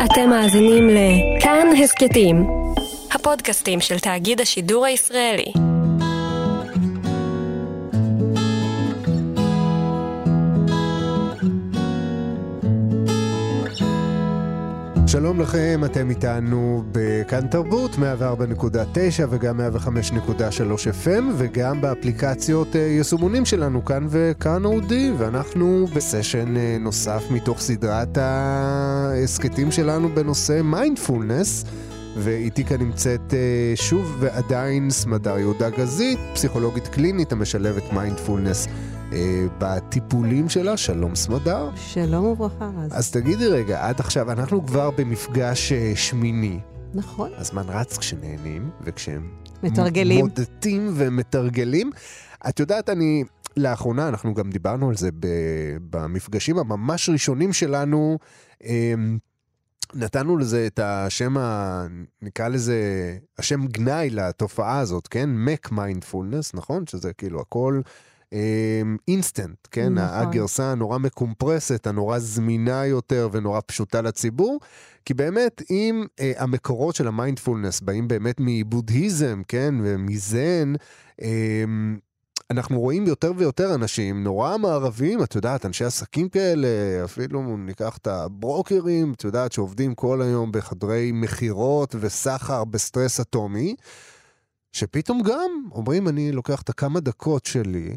אתם מאזינים לכאן הסקטים, הפודקאסטים של תאגיד השידור הישראלי. שלום לכם, אתם איתנו בכאן תרבות 104.9 וגם 105.3 FM וגם באפליקציות יישומונים שלנו כאן וכאן אודי, ואנחנו בסשן נוסף מתוך סדרת ההסקטים שלנו בנושא מיינדפולנס, ואיתי כאן נמצאת שוב ועדיין סמדר יהודה גזית, פסיכולוגית קלינית המשלבת מיינדפולנס בטיפולים שלה. שלום סמדר. שלום וברכה רז. אז תגידי רגע, עד עכשיו אנחנו כבר במפגש שמיני. נכון. הזמן רץ כשנהנים וכשהם מתרגלים. מודדים ומתרגלים. את יודעת, לאחרונה אנחנו גם דיברנו על זה במפגשים הממש ראשונים שלנו, נתנו לזה את השם, נקרא לזה, השם גנאי לתופעה הזאת, כן? Mac Mindfulness, נכון? שזה כאילו הכל אינסטנט, כן? נכון. הגרסה הנורא מקומפרסת, הנורא זמינה יותר ונורא פשוטה לציבור, כי באמת אם המקורות של המיינדפולנס באים באמת מבודהיזם, כן? ומזן, אנחנו רואים יותר ויותר אנשים נורא מערבים, את יודעת, אנשי עסקים כאלה, אפילו ניקח את הברוקרים, את יודעת, שעובדים כל היום בחדרי מחירות וסחר בסטרס אטומי, שפתאום גם אומרים, אני לוקח את הכמה דקות שלי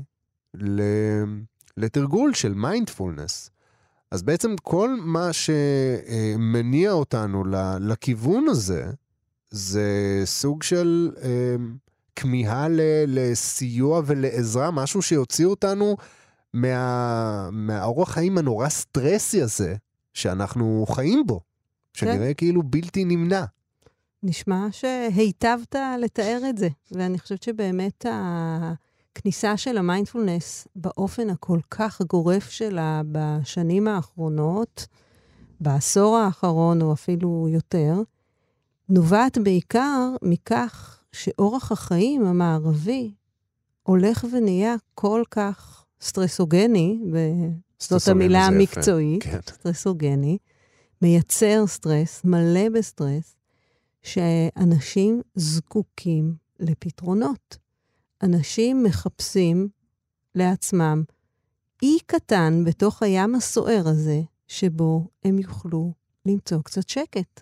לתרגול של מיינדפולנס. אז בעצם כל מה שמניע אותנו לכיוון הזה, זה סוג של כמיהה לסיוע ולעזרה, משהו שיוציא אותנו מהאורח חיים הנורא סטרסי הזה, שאנחנו חיים בו, שנראה כאילו בלתי נמנע. נשמע שהיטבת לתאר את זה, ואני חושבת שבאמת הכניסה של המיינדפולנס באופן הכל כך גורף שלה בשנים האחרונות, בעשור האחרון או אפילו יותר, נובעת בעיקר מכך שאורח החיים המערבי הולך ונהיה כל כך סטרסוגני, וזאת המילה המקצועית, כן. סטרסוגני, מייצר סטרס, מלא בסטרס, שאנשים זקוקים לפתרונות. אנשים מחפשים לעצמם אי קטן בתוך הים הסוער הזה, שבו הם יוכלו למצוא קצת שקט.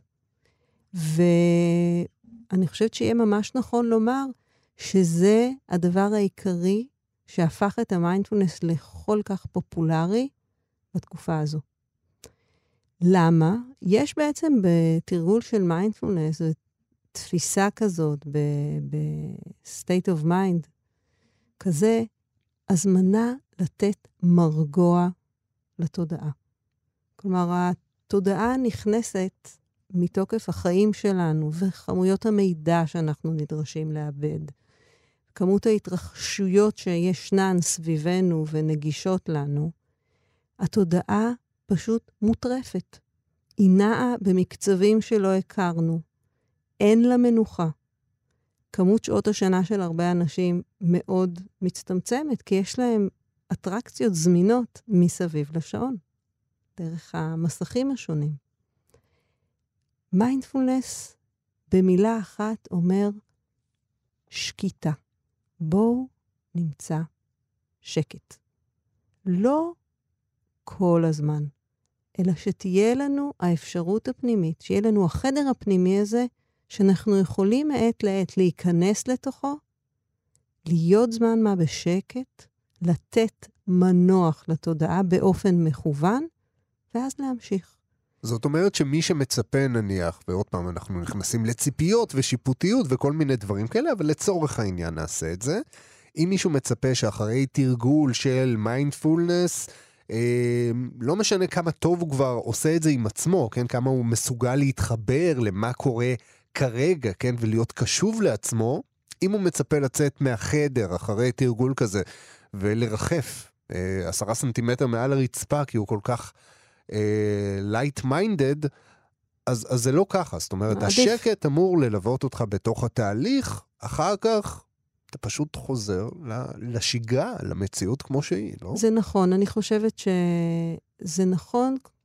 ואני חושבת שיהיה ממש נכון לומר שזה הדבר העיקרי שהפך את המיינדפולנס לכל כך פופולרי בתקופה הזו. למה? יש בעצם בתרגול של מיינדפולנס תפיסה כזאת, ב-state of mind, כזה הזמנה לתת מרגוע לתודעה. כלומר, התודעה נכנסת מתוקף החיים שלנו וכמויות המידע שאנחנו נדרשים לאבד. כמות ההתרחשויות שישנן סביבנו ונגישות לנו, התודעה פשוט מוטרפת. היא נעה במקצבים שלא הכרנו. אין לה מנוחה. כמות שעות השנה של הרבה אנשים מאוד מצטמצמת, כי יש להם אטרקציות זמינות מסביב לשעון, דרך המסכים השונים. מיינדפולנס במילה אחת אומר שקיטה. בואו נמצא שקט. לא כל הזמן, אלא שתהיה לנו האפשרות הפנימית, שיהיה לנו החדר הפנימי הזה, שאנחנו יכולים מעת לעת להיכנס לתוכו, להיות זמן מה בשקט, לתת מנוח לתודעה באופן מכוון, ואז להמשיך. זאת אומרת שמי שמצפה נניח, ועוד פעם אנחנו נכנסים לציפיות ושיפוטיות וכל מיני דברים כאלה, אבל לצורך העניין נעשה את זה. אם מישהו מצפה שאחרי תרגול של מיינדפולנס, לא משנה כמה טוב הוא כבר עושה את זה עם עצמו, כן? כמה הוא מסוגל להתחבר למה קורה כרגע, כן? ולהיות קשוב לעצמו, אם הוא מצפה לצאת מהחדר אחרי תרגול כזה, ולרחף 10 סנטימטר מעל הרצפה, כי הוא כל כך light-minded, אז זה לא ככה. זאת אומרת, השקט אמור ללוות אותך בתוך התהליך, אחר כך אתה פשוט חוזר לשגרה, למציאות כמו שהיא, לא? זה נכון, אני חושבת שזה נכון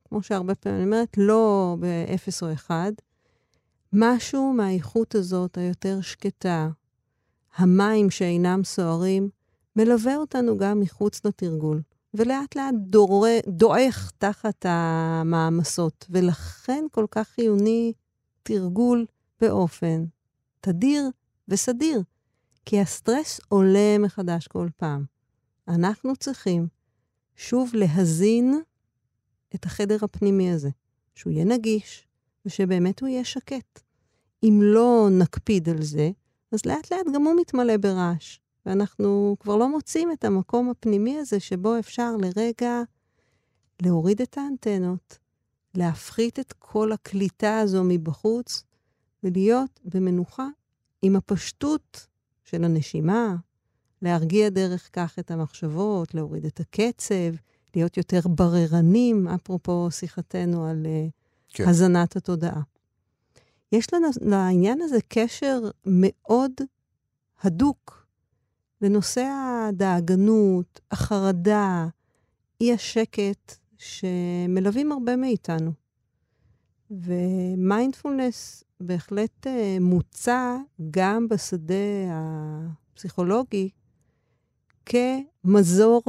כמו שהרבה פעמים אני אומרת, לא ב-0 או 1, משהו מהאיכות הזאת, היותר שקטה, המים שאינם סוערים, מלווה אותנו גם מחוץ לתרגול, ולאט לאט דועך תחת המעמסות, ולכן כל כך חיוני תרגול באופן תדיר וסדיר, כי הסטרס עולה מחדש כל פעם. אנחנו צריכים שוב להזין את החדר הפנימי הזה, שהוא יהיה נגיש, ושבאמת הוא יהיה שקט. אם לא נקפיד על זה, אז לאט לאט גם הוא מתמלא ברעש, ואנחנו כבר לא מוצאים את המקום הפנימי הזה, שבו אפשר לרגע להוריד את האנטנות, להפחית את כל הקליטה הזו מבחוץ, ולהיות במנוחה עם הפשטות של הנשימה, להרגיע דרך כך את המחשבות, להוריד את הקצב, להיות יותר בררנים, אפרופו שיחתנו על הזנת התודעה. יש לנו לעניין הזה קשר מאוד הדוק לנושא הדאגנות, החרדה, אי השקט שמלווים הרבה מאיתנו. ומיינדפולנס בהחלט מוצע גם בשדה הפסיכולוגי כמזור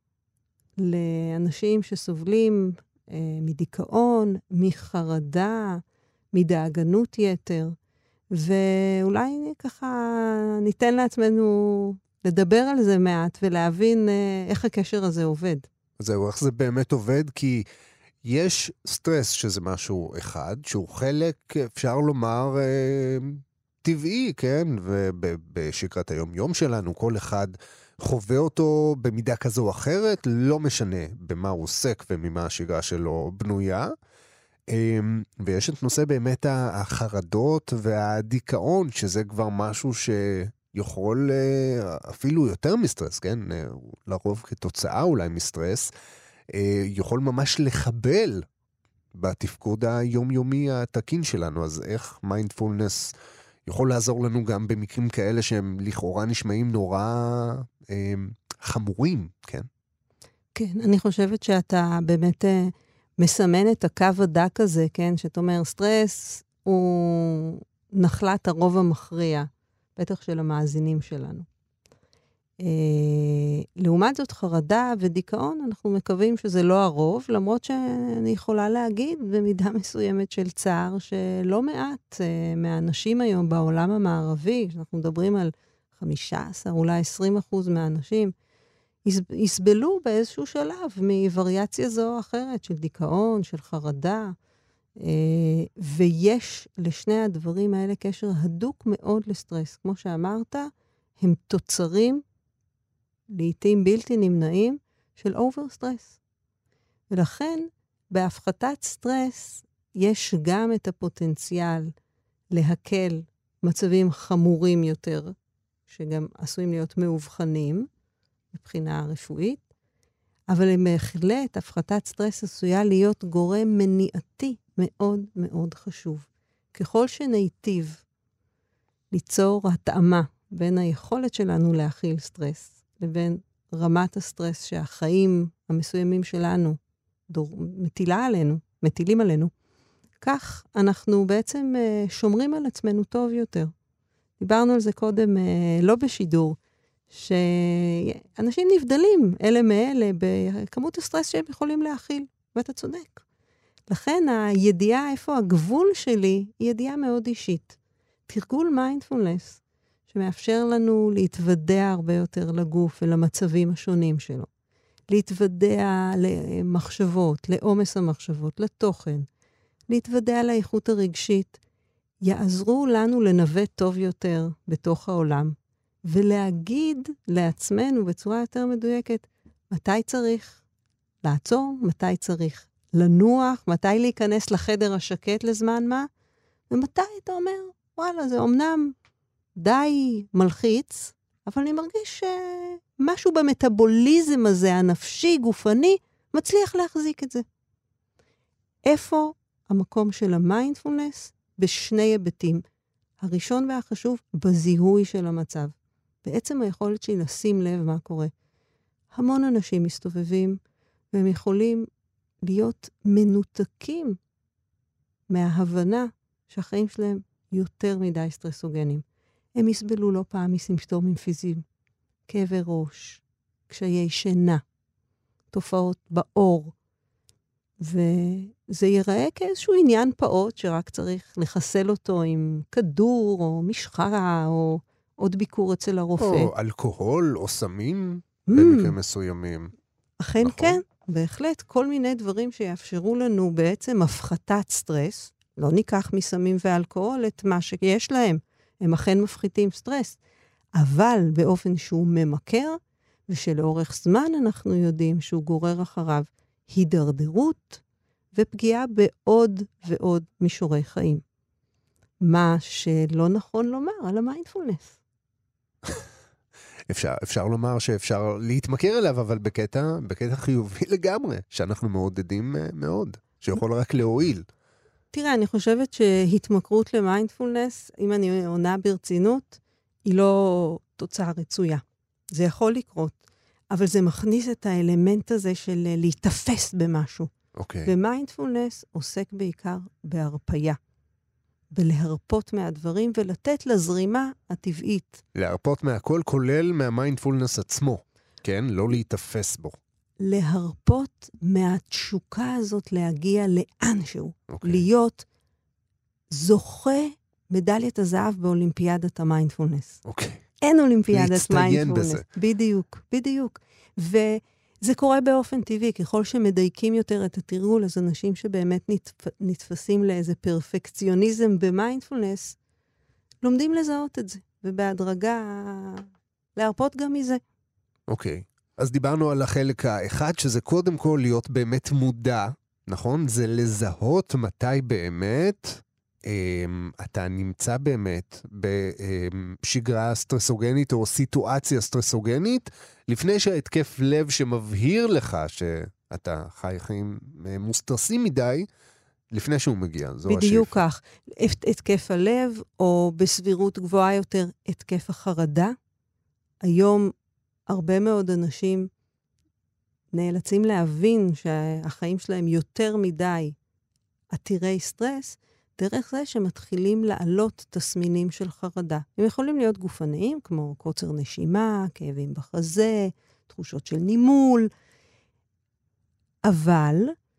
לאנשים שסובלים מדיכאון, מחרדה, מדאגנות יתר, ואולי ככה ניתן לעצמנו לדבר על זה מעט ולהבין איך הקשר הזה עובד. זהו, איך זה באמת עובד? כי יש סטרס שזה משהו אחד, שהוא חלק, אפשר לומר, טבעי, כן? ובשגרת היום-יום שלנו, כל אחד חווה אותו במידה כזו או אחרת, לא משנה במה הוא עוסק וממה השגרה שלו בנויה. ויש את נושא באמת החרדות והדיכאון, שזה כבר משהו שיכול אפילו יותר מסטרס, כן? לרוב כתוצאה אולי מסטרס, יכול ממש לחבל בתפקוד היומיומי התקין שלנו. אז איך מיינדפולנס יכול לעזור לנו גם במקרים כאלה שהם לכאורה נשמעים נורא חמורים, כן? כן, אני חושבת שאתה באמת מסמן את הקו הדק הזה, כן? שאת אומר, סטרס הוא נחלת הרוב המכריע, בטח של המאזינים שלנו. לעומת זאת חרדה ודיכאון, אנחנו מקווים שזה לא הרוב, למרות שאני יכולה להגיד במידה מסוימת של צער, שלא מעט מהאנשים היום בעולם המערבי, שאנחנו מדברים על 15, אולי 20% מהאנשים, יסבלו באיזשהו שלב מווריאציה זו או אחרת, של דיכאון, של חרדה, ויש לשני הדברים האלה קשר הדוק מאוד לסטרס. כמו שאמרת, הם תוצרים לעתים בלתי נמנעים של אובר סטרס. ולכן, בהפחתת סטרס, יש גם את הפוטנציאל להקל מצבים חמורים יותר, שגם עשויים להיות מאובחנים, מבחינה רפואית, אבל הם בהחלט, הפחתת סטרס עשויה להיות גורם מניעתי מאוד מאוד חשוב. ככל שניטיב ליצור התאמה בין היכולת שלנו להכיל סטרס, לבין רמת הסטרס שהחיים המסוימים שלנו מטילים עלינו, כך אנחנו בעצם שומרים על עצמנו טוב יותר. דיברנו על זה קודם, לא בשידור, שאנשים נבדלים אלה מאלה בכמות הסטרס שהם יכולים להכיל, ואתה צודק. לכן הידיעה איפה הגבול שלי היא ידיעה מאוד אישית. תרגול מיינדפולנס, שמאפשר לנו להתוודע הרבה יותר לגוף ולמצבים השונים שלו. להתוודע למחשבות, לעומס המחשבות, לתוכן. להתוודע לאיכות הרגשית. יעזרו לנו לנווט טוב יותר בתוך העולם. ולהגיד לעצמנו בצורה יותר מדויקת, מתי צריך לעצור, מתי צריך לנוח, מתי להיכנס לחדר השקט לזמן מה, ומתי אתה אומר, וואלה, זה אומנם די מלחיץ, אבל אני מרגיש שמשהו במטאבוליזם הזה, הנפשי, גופני, מצליח להחזיק את זה. איפה המקום של המיינדפולנס? בשני היבטים. הראשון והחשוב, בזיהוי של המצב. בעצם היכולת שלי לשים לב מה קורה. המון אנשים מסתובבים, והם יכולים להיות מנותקים מההבנה שהחיים שלהם יותר מדי סטרסוגנים. הם יסבלו לא פעם מסימפטומים פיזיים, כאבי ראש, קשיי שינה, תופעות בעור, וזה ייראה כאיזשהו עניין פעוט שרק צריך לחסל אותו עם כדור או משחה או עוד ביקור אצל הרופא. או אלכוהול או סמים במקרים מסוימים. אכן נכון? כן, בהחלט. כל מיני דברים שיאפשרו לנו בעצם הפחתת סטרס. לא ניקח מסמים ואלכוהול את מה שיש להם. הם אכן מפחיתים סטרס. אבל באופן שהוא ממכר, ושלאורך זמן אנחנו יודעים שהוא גורר אחריו הידרדרות ופגיעה בעוד ועוד מישורי חיים. מה שלא נכון לומר על המיינדפולנס. אפשר לומר שאפשר להתמכר אליו, אבל בקטע חיובי לגמרי, שאנחנו מעודדים מאוד, שיכול רק להועיל. תראה, אני חושבת שהתמכרות למיינדפולנס, אם אני עונה ברצינות, היא לא תוצאה רצויה. זה יכול לקרות, אבל זה מכניס את האלמנט הזה של להתאפס במשהו. אוקיי. ומיינדפולנס עוסק בעיקר בהרפיה, בלהרפות מהדברים ולתת לזרימה הטבעית. להרפות מהכל, כולל מהמיינדפולנס עצמו, כן? לא להתאפס בו. להרפות מהתשוקה הזאת להגיע לאנשהו. אוקיי. להיות זוכה מדליית הזהב באולימפיאדת המיינדפולנס. אוקיי. אין אולימפיאדת להצטיין מיינדפולנס. בזה. בדיוק, בדיוק. וזה קורה באופן טבעי, ככל שמדייקים יותר את התרגול, אז אנשים שבאמת נתפסים לאיזה פרפקציוניזם במיינדפולנס, לומדים לזהות את זה, ובהדרגה להרפות גם מזה. אוקיי. אז דיברנו על החלק האחד, שזה קודם כל להיות באמת מודע, נכון? זה לזהות מתי באמת אתה נמצא באמת בשגרה סטרסוגנית או סיטואציה סטרסוגנית, לפני שההתקף לב שמבהיר לך שאתה חי חיים מוסטרסים מדי, לפני שהוא מגיע. זו השאיפה. בדיוק כך. התקף הלב, או בסבירות גבוהה יותר, התקף החרדה. היום הרבה מאוד אנשים נאלצים להבין שהחיים שלהם יותר מדי עתירי סטרס, דרך זה שמתחילים לעלות תסמינים של חרדה. הם יכולים להיות גופניים, כמו קוצר נשימה, כאבים בחזה, תחושות של נימול, אבל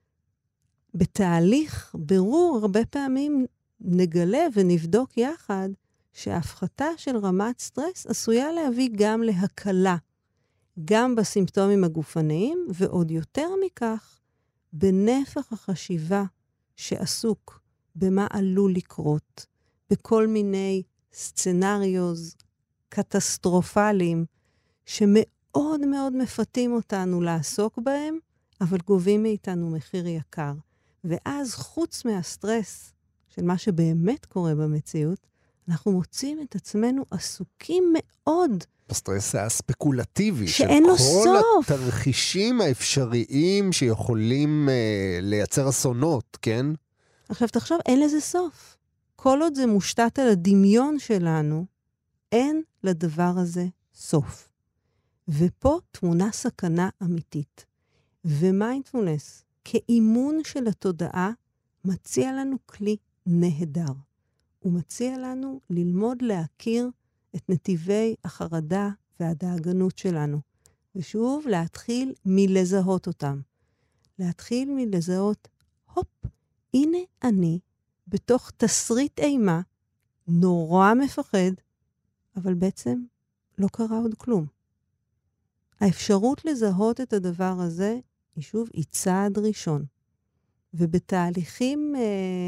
בתהליך ברור הרבה פעמים נגלה ונבדוק יחד שההפחתה של רמת סטרס עשויה להביא גם להקלה, גם בסימפטומים הגופניים, ועוד יותר מכך, בנפח החשיבה שעסוק במה עלול לקרות, בכל מיני סצנריוז קטסטרופליים, שמאוד מאוד מפתים אותנו לעסוק בהם, אבל גובים מאיתנו מחיר יקר. ואז חוץ מהסטרס של מה שבאמת קורה במציאות, אנחנו מוצאים את עצמנו עסוקים מאוד. בסטרס הספקולטיבי, שאין לו סוף. כל התרחישים האפשריים שיכולים לייצר אסונות, כן? עכשיו תחשוב, אין לזה סוף. כל עוד זה מושתת על הדמיון שלנו, אין לדבר הזה סוף. ופה תמונה סכנה אמיתית. ומיינדפולנס, כאימון של התודעה, מציע לנו כלי נהדר. הוא מציע לנו ללמוד להכיר את נתיבי החרדה והדאגנות שלנו. ושוב, להתחיל מלזהות אותם. להתחיל מלזהות, הופ, הנה אני, בתוך תסריט אימה, נורא מפחד, אבל בעצם לא קרה עוד כלום. האפשרות לזהות את הדבר הזה, היא שוב, היא צעד ראשון. ובתהליכים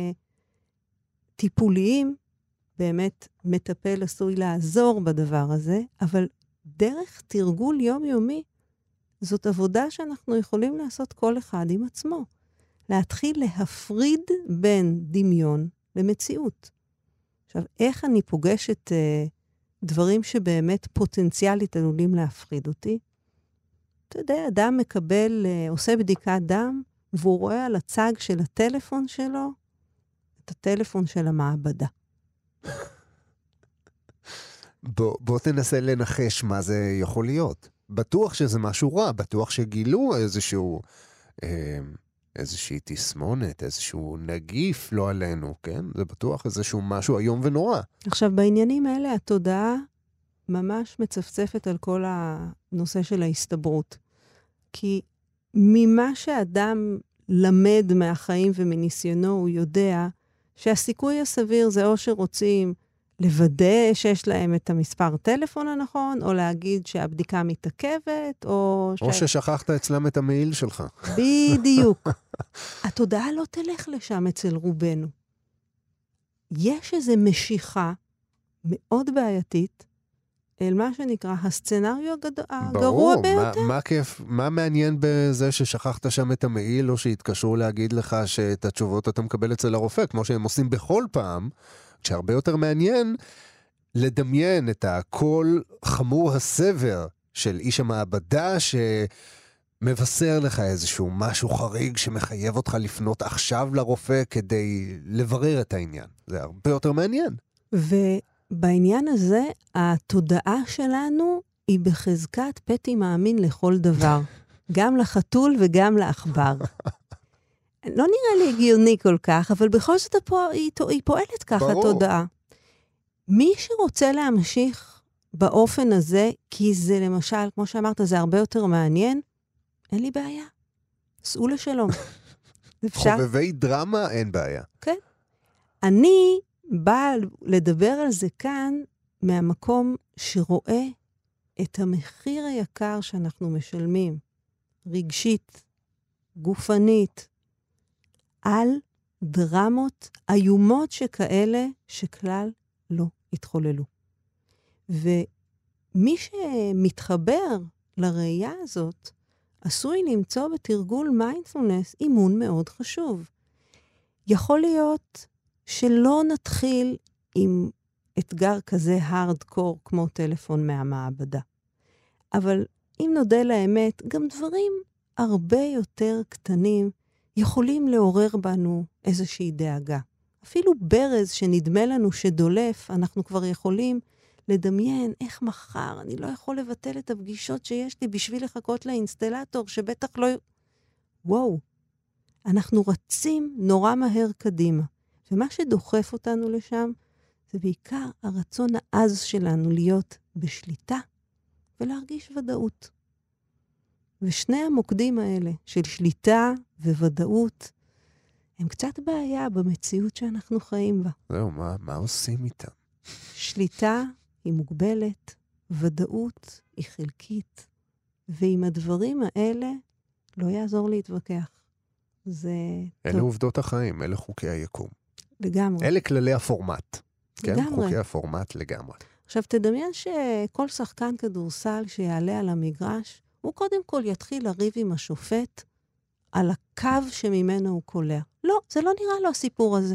טיפוליים, באמת מטפל עשוי לעזור בדבר הזה, אבל דרך תרגול יומיומי, זאת עבודה שאנחנו יכולים לעשות כל אחד עם עצמו. להתחיל להפריד בין דמיון למציאות. עכשיו, איך אני פוגשת דברים שבאמת פוטנציאלית עלולים להפחיד אותי? אתה יודע, אדם מקבל, עושה בדיקת דם, והוא רואה על הצג של הטלפון שלו, את הטלפון של המעבדה. בוא תנסה לנחש מה זה יכול להיות. בטוח שזה משהו רע, בטוח שגילו איזשהו איזושהי תסמונת, איזשהו נגיף לא עלינו, כן? זה בטוח איזשהו משהו היום ונורא. עכשיו, בעניינים האלה התודעה ממש מצפצפת על כל הנושא של ההסתברות. כי ממה שאדם למד מהחיים ומניסיונו, הוא יודע שהסיכוי הסביר זה או שרוצים לוודא שיש להם את המספר טלפון הנכון, או להגיד שהבדיקה מתעכבת, או ששכחת אצלם את המעיל שלך. בדיוק. התודעה לא תלך לשם אצל רובנו. יש איזו משיכה מאוד בעייתית, אל מה שנקרא הסצנריו הגרוע ביותר. מה כיף, מה מעניין בזה ששכחת שם את המעיל, או שהתקשרו להגיד לך שאת התשובות אתה מקבל אצל הרופא, כמו שהם עושים בכל פעם, שהרבה יותר מעניין לדמיין את הקול חמור הסבר של איש המעבדה שמבשר לך איזשהו משהו חריג שמחייב אותך לפנות עכשיו לרופא כדי לברר את העניין. זה הרבה יותר מעניין. בעניין הזה, התודעה שלנו היא בחזקת פתי מאמין לכל דבר. גם לחתול וגם לעכבר. לא נראה לי הגיוני כל כך, אבל בכל זאת היא פועלת ככה, התודעה. מי שרוצה להמשיך באופן הזה, כי זה למשל, כמו שאמרת, זה הרבה יותר מעניין, אין לי בעיה. סעו לשלום. חובבי דרמה, אין בעיה. כן. אני באה לדבר על זה כאן מהמקום שרואה את המחיר היקר שאנחנו משלמים, רגשית, גופנית, על דרמות איומות שכאלה שכלל לא התחוללו. ומי שמתחבר לראייה הזאת, עשוי למצוא בתרגול מיינדפולנס אימון מאוד חשוב. יכול להיות שלא נתחיל עם אתגר כזה הארדקור כמו טלפון מהמעבדה. אבל אם נודה לאמת, גם דברים הרבה יותר קטנים יכולים לעורר בנו איזושהי דאגה. אפילו ברז שנדמה לנו שדולף, אנחנו כבר יכולים לדמיין איך מחר אני לא יכול לבטל את הפגישות שיש לי בשביל לחכות לאינסטלטור שבטח לא... וואו, אנחנו רצים נורא מהר קדימה. ומה שדוחף אותנו לשם, זה בעיקר הרצון העז שלנו להיות בשליטה ולהרגיש ודאות. ושני המוקדים האלה של שליטה וודאות, הם קצת בעיה במציאות שאנחנו חיים בה. זהו, מה עושים איתם? שליטה היא מוגבלת, ודאות היא חלקית, ועם הדברים האלה לא יעזור להתווכח. אלה עובדות החיים, אלה חוקי היקום. לגמרי. אלה כללי הפורמט. לגמרי. כן, חוקי הפורמט לגמרי. עכשיו, תדמיין שכל שחקן כדורסל שיעלה על המגרש, הוא קודם כל יתחיל לריב עם השופט על הקו שממנו הוא קולע. לא, זה לא נראה לו הסיפור הזה.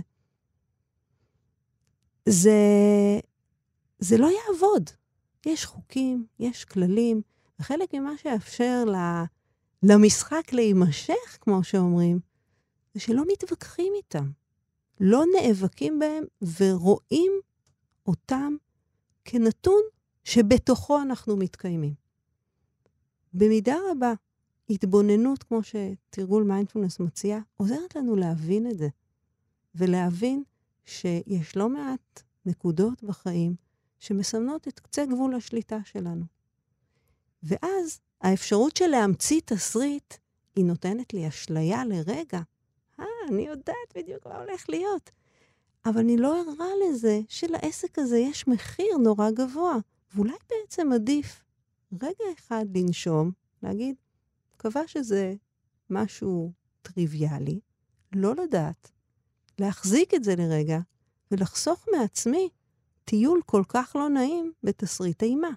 זה לא יעבוד. יש חוקים, יש כללים, וחלק ממה שיאפשר למשחק להימשך, כמו שאומרים, זה שלא מתווכחים איתם. לא נאבקים בהם ורואים אותם כנתון שבתוכו אנחנו מתקיימים. במידה רבה, התבוננות, כמו שתרגול מיינדפולנס מציע, עוזרת לנו להבין את זה. ולהבין שיש לא מעט נקודות בחיים שמסמנות את קצה גבול השליטה שלנו. ואז האפשרות של להמציא תסריט, היא נותנת לי אשליה לרגע. אני יודעת בדיוק מה הולך להיות. אבל אני לא ערה לזה שלעסק הזה יש מחיר נורא גבוה. ואולי בעצם עדיף רגע אחד לנשום, להגיד, מקווה שזה משהו טריוויאלי, לא לדעת, להחזיק את זה לרגע, ולחסוך מעצמי טיול כל כך לא נעים בתסריט אימה.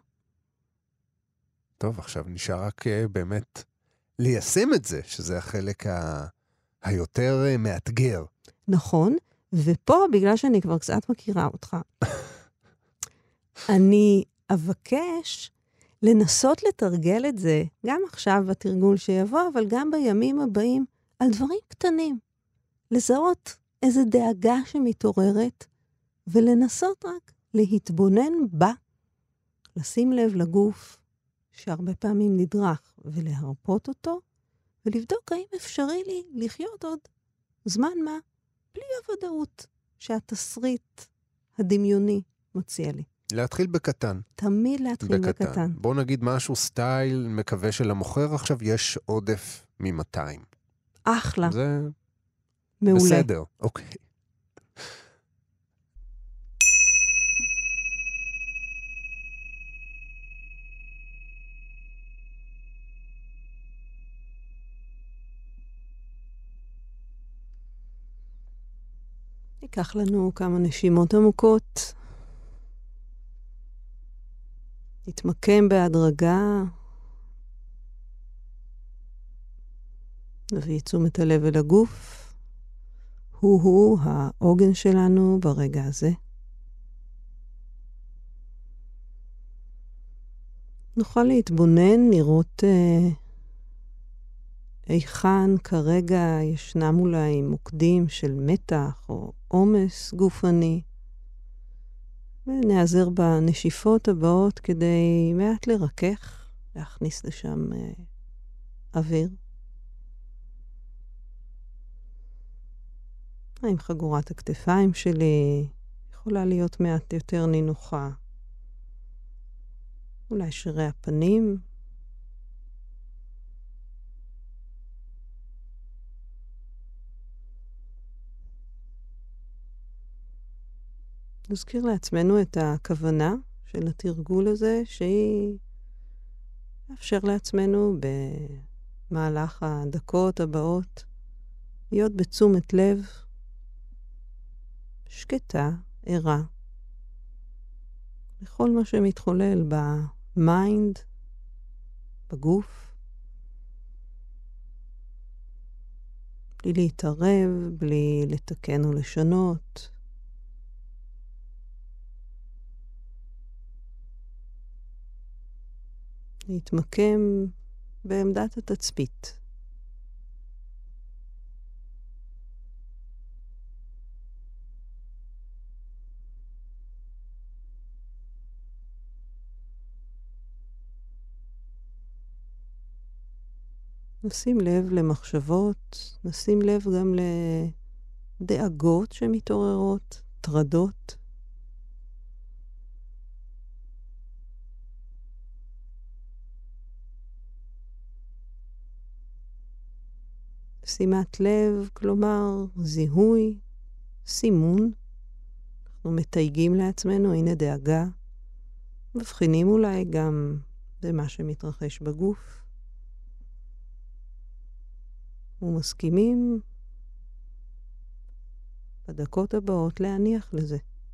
טוב, עכשיו נשאר רק באמת ליישם את זה, שזה החלק היותר מאתגר. נכון, ופה, בגלל שאני כבר קצת מכירה אותך, אני אבקש לנסות לתרגל את זה, גם עכשיו בתרגול שיבוא, אבל גם בימים הבאים, על דברים קטנים. לזהות איזו דאגה שמתעוררת, ולנסות רק להתבונן בה, לשים לב לגוף, שהרבה פעמים נדרך, ולהרפות אותו, ולבדוק האם אפשרי לי לחיות עוד זמן מה, בלי הוודאות שהתסריט הדמיוני מציע לי. להתחיל בקטן. תמיד להתחיל בקטן. בוא נגיד משהו סטייל, מקווה שלמוכר עכשיו יש עודף מ-200. אחלה. זה מעולה. בסדר, אוקיי. ניקח לנו כמה נשימות עמוקות. נתמקם בהדרגה. נביא תשומת הלב אל הגוף. הוא העוגן שלנו ברגע הזה. נוכל להתבונן, לראות היכן כרגע ישנם אולי מוקדים של מתח או עומס גופני. ונעזר בנשיפות הבאות כדי מעט לרכך, להכניס לשם אוויר. האם חגורת הכתפיים שלי יכולה להיות מעט יותר נינוחה? אולי שרי הפנים? נזכיר לעצמנו את הכוונה של התרגול הזה, שהיא מאפשר לעצמנו במהלך הדקות הבאות להיות בתשומת לב שקטה, ערה, לכל מה שמתחולל במיינד, בגוף, בלי להתערב, בלי לתקן או לשנות. להתמקם בעמדת התצפית. נשים לב למחשבות, נשים לב גם לדאגות שמתעוררות, טרדות. שימת לב, כלומר זיהוי, סימון. אנחנו מתייגים לעצמנו, הנה דאגה. מבחינים אולי גם במה שמתרחש בגוף. ומסכימים בדקות הבאות להניח לזה.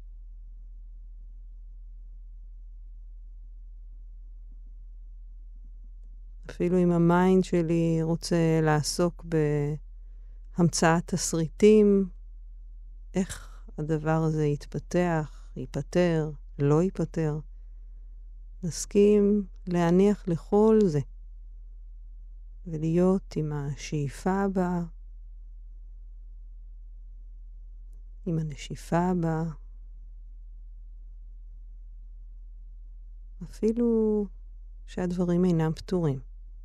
אפילו אם המיינד שלי רוצה לעסוק בהמצאת תסריטים, איך הדבר הזה יתפתח, ייפטר, לא ייפטר, נסכים להניח לכל זה. ולהיות עם השאיפה הבאה, עם הנשיפה הבאה, אפילו שהדברים אינם פתורים.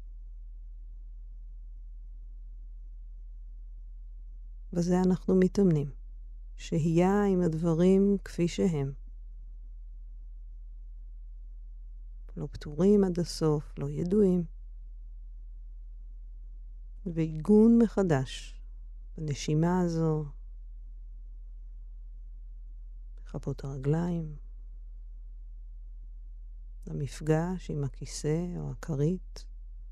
בזה אנחנו מתאמנים, שהייה עם הדברים כפי שהם. לא פתורים עד הסוף, לא ידועים. ועיגון מחדש בנשימה הזו, בכפות הרגליים, המפגש עם הכיסא או הכרית.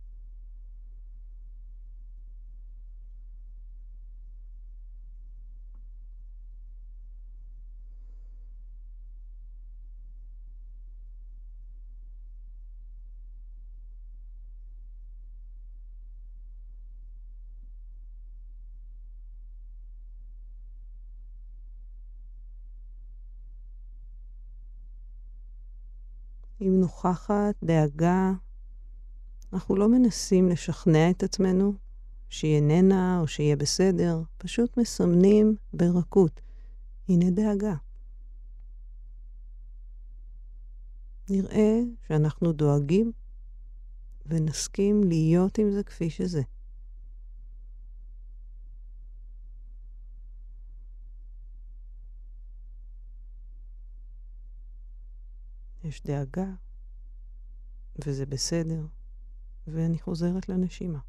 אם נוכחת דאגה, אנחנו לא מנסים לשכנע את עצמנו שהיא איננה או שיהיה בסדר, פשוט מסמנים ברכות. הנה דאגה. נראה שאנחנו דואגים ונסכים להיות עם זה כפי שזה. יש דאגה, וזה בסדר, ואני חוזרת לנשימה.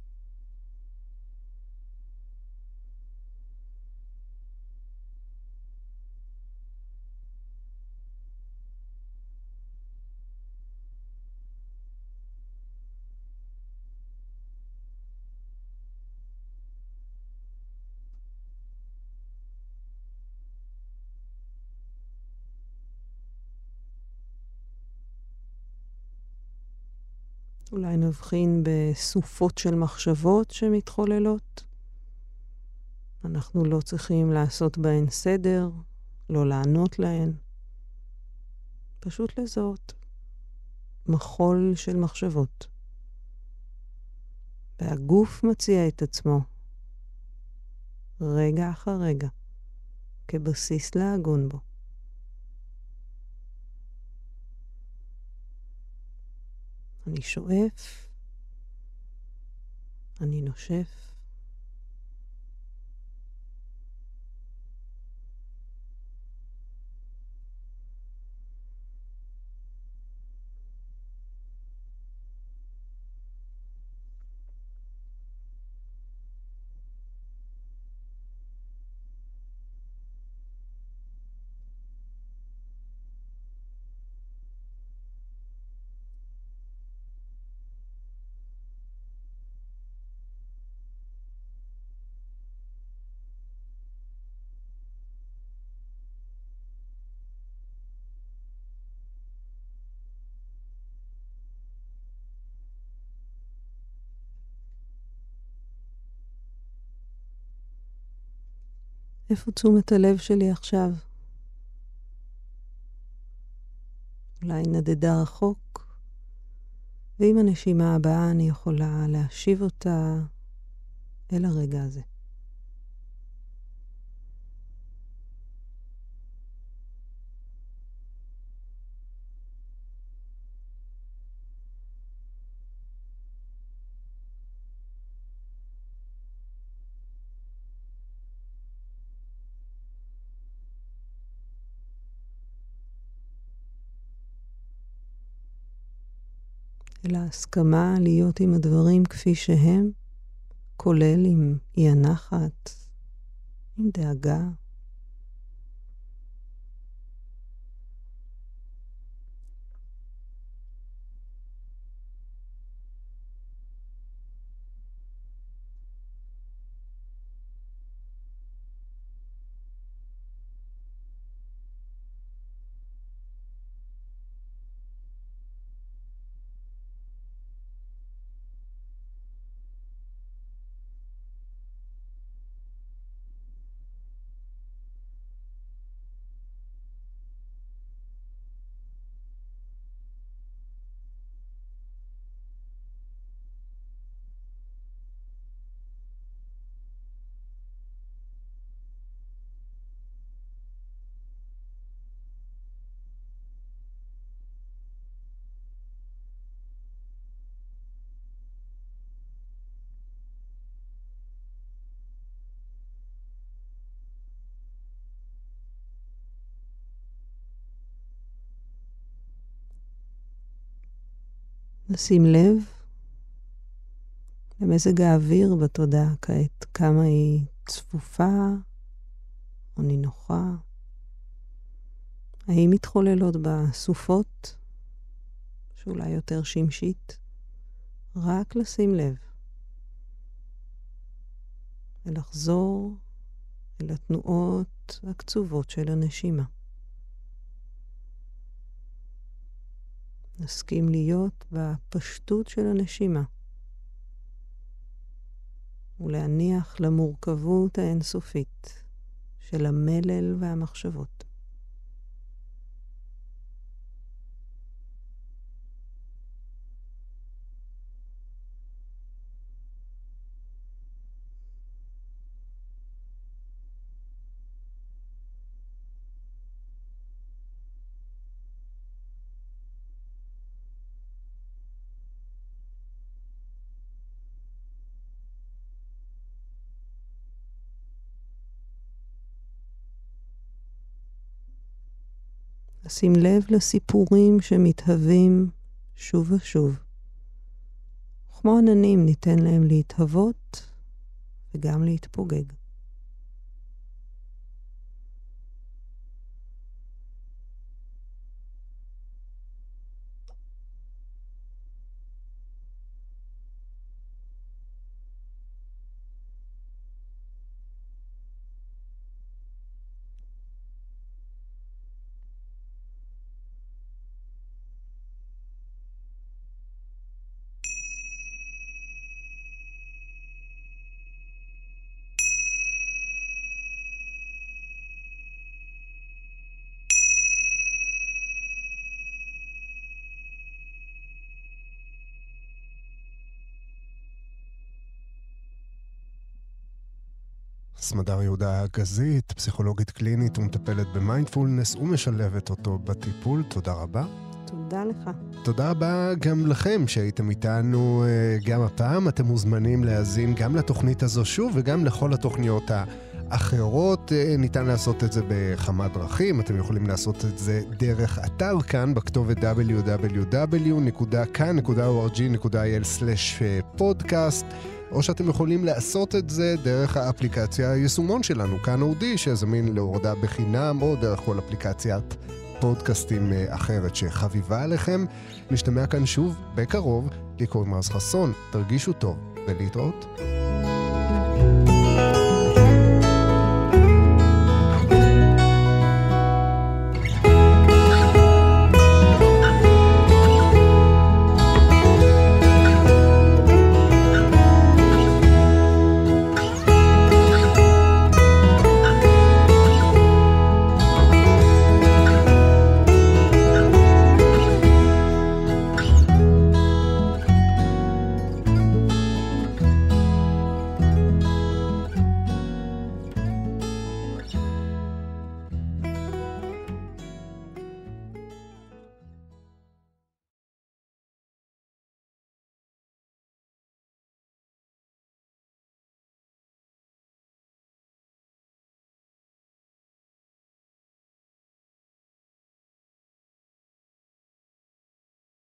אולי נבחין בסופות של מחשבות שמתחוללות. אנחנו לא צריכים לעשות בהן סדר, לא לענות להן. פשוט לזהות מחול של מחשבות. והגוף מציע את עצמו, רגע אחר רגע, כבסיס להגון בו. אני שואף, אני נושף. איפה תשומת הלב שלי עכשיו? אולי נדדה רחוק, ועם הנשימה הבאה אני יכולה להשיב אותה אל הרגע הזה. אלא הסכמה להיות עם הדברים כפי שהם, כולל עם אי הנחת, עם דאגה. נשים לב למזג האוויר בתודעה כעת, כמה היא צפופה או נינוחה. האם מתחוללות בסופות, שאולי יותר שמשית? רק לשים לב ולחזור אל התנועות הקצובות של הנשימה. נסכים להיות בפשטות של הנשימה ולהניח למורכבות האינסופית של המלל והמחשבות. לשים לב לסיפורים שמתהווים שוב ושוב. כמו עננים ניתן להם להתהוות וגם להתפוגג. סמדר יהודה הגזית, פסיכולוגית קלינית ומטפלת במיינדפולנס ומשלבת אותו בטיפול. תודה רבה. תודה לך. תודה רבה גם לכם שהייתם איתנו גם הפעם. אתם מוזמנים להאזין גם לתוכנית הזו שוב וגם לכל התוכניות האחרות. ניתן לעשות את זה בכמה דרכים. אתם יכולים לעשות את זה דרך אתר כאן בכתובת www.kan.org.il/podcast, או שאתם יכולים לעשות את זה דרך האפליקציה היישומון שלנו, כאן אודי, שזמין להורדה בחינם, או דרך כל אפליקציית פודקאסטים אחרת שחביבה עליכם. נשתמע כאן שוב בקרוב. לי קוראים רז חסון, תרגישו טוב ולהתראות.